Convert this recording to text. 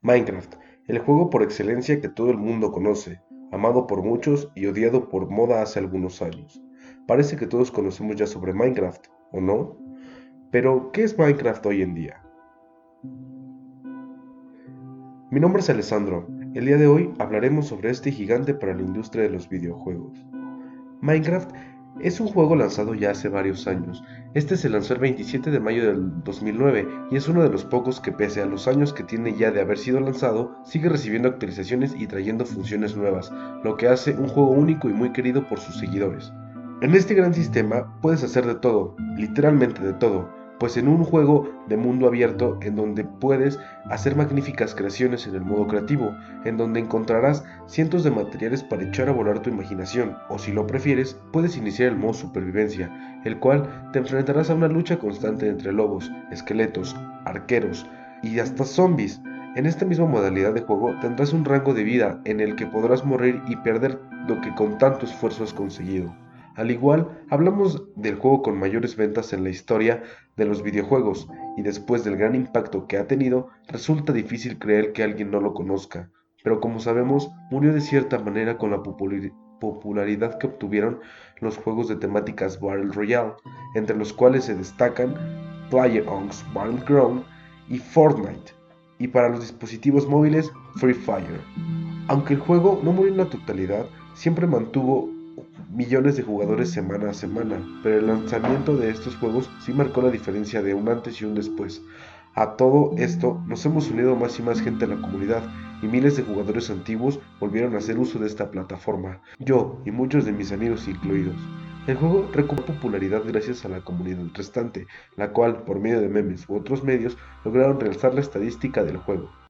Minecraft, el juego por excelencia que todo el mundo conoce, amado por muchos y odiado por moda hace algunos años. Parece que todos conocemos ya sobre Minecraft, ¿o no? Pero, ¿qué es Minecraft hoy en día? Mi nombre es Alessandro. El día de hoy hablaremos sobre este gigante para la industria de los videojuegos. Minecraft es un juego lanzado ya hace varios años. Este se lanzó el 27 de mayo del 2009 y es uno de los pocos que pese a los años que tiene ya de haber sido lanzado, sigue recibiendo actualizaciones y trayendo funciones nuevas, lo que hace un juego único y muy querido por sus seguidores. En este gran sistema puedes hacer de todo, literalmente de todo, pues en un juego de mundo abierto en donde puedes hacer magníficas creaciones en el modo creativo, en donde encontrarás cientos de materiales para echar a volar tu imaginación, o si lo prefieres, puedes iniciar el modo supervivencia, el cual te enfrentarás a una lucha constante entre lobos, esqueletos, arqueros y hasta zombies. En esta misma modalidad de juego tendrás un rango de vida en el que podrás morir y perder lo que con tanto esfuerzo has conseguido. Al igual, hablamos del juego con mayores ventas en la historia de los videojuegos, y después del gran impacto que ha tenido, resulta difícil creer que alguien no lo conozca. Pero como sabemos, murió de cierta manera con la popularidad que obtuvieron los juegos de temáticas Battle Royale, entre los cuales se destacan PlayerUnknown's Battleground y Fortnite, y para los dispositivos móviles Free Fire. Aunque el juego no murió en la totalidad, siempre mantuvo millones de jugadores semana a semana, pero el lanzamiento de estos juegos sí marcó la diferencia de un antes y un después. A todo esto nos hemos unido más y más gente a la comunidad y miles de jugadores antiguos volvieron a hacer uso de esta plataforma, yo y muchos de mis amigos incluidos. El juego recuperó popularidad gracias a la comunidad restante, la cual, por medio de memes u otros medios, lograron realzar la estadística del juego.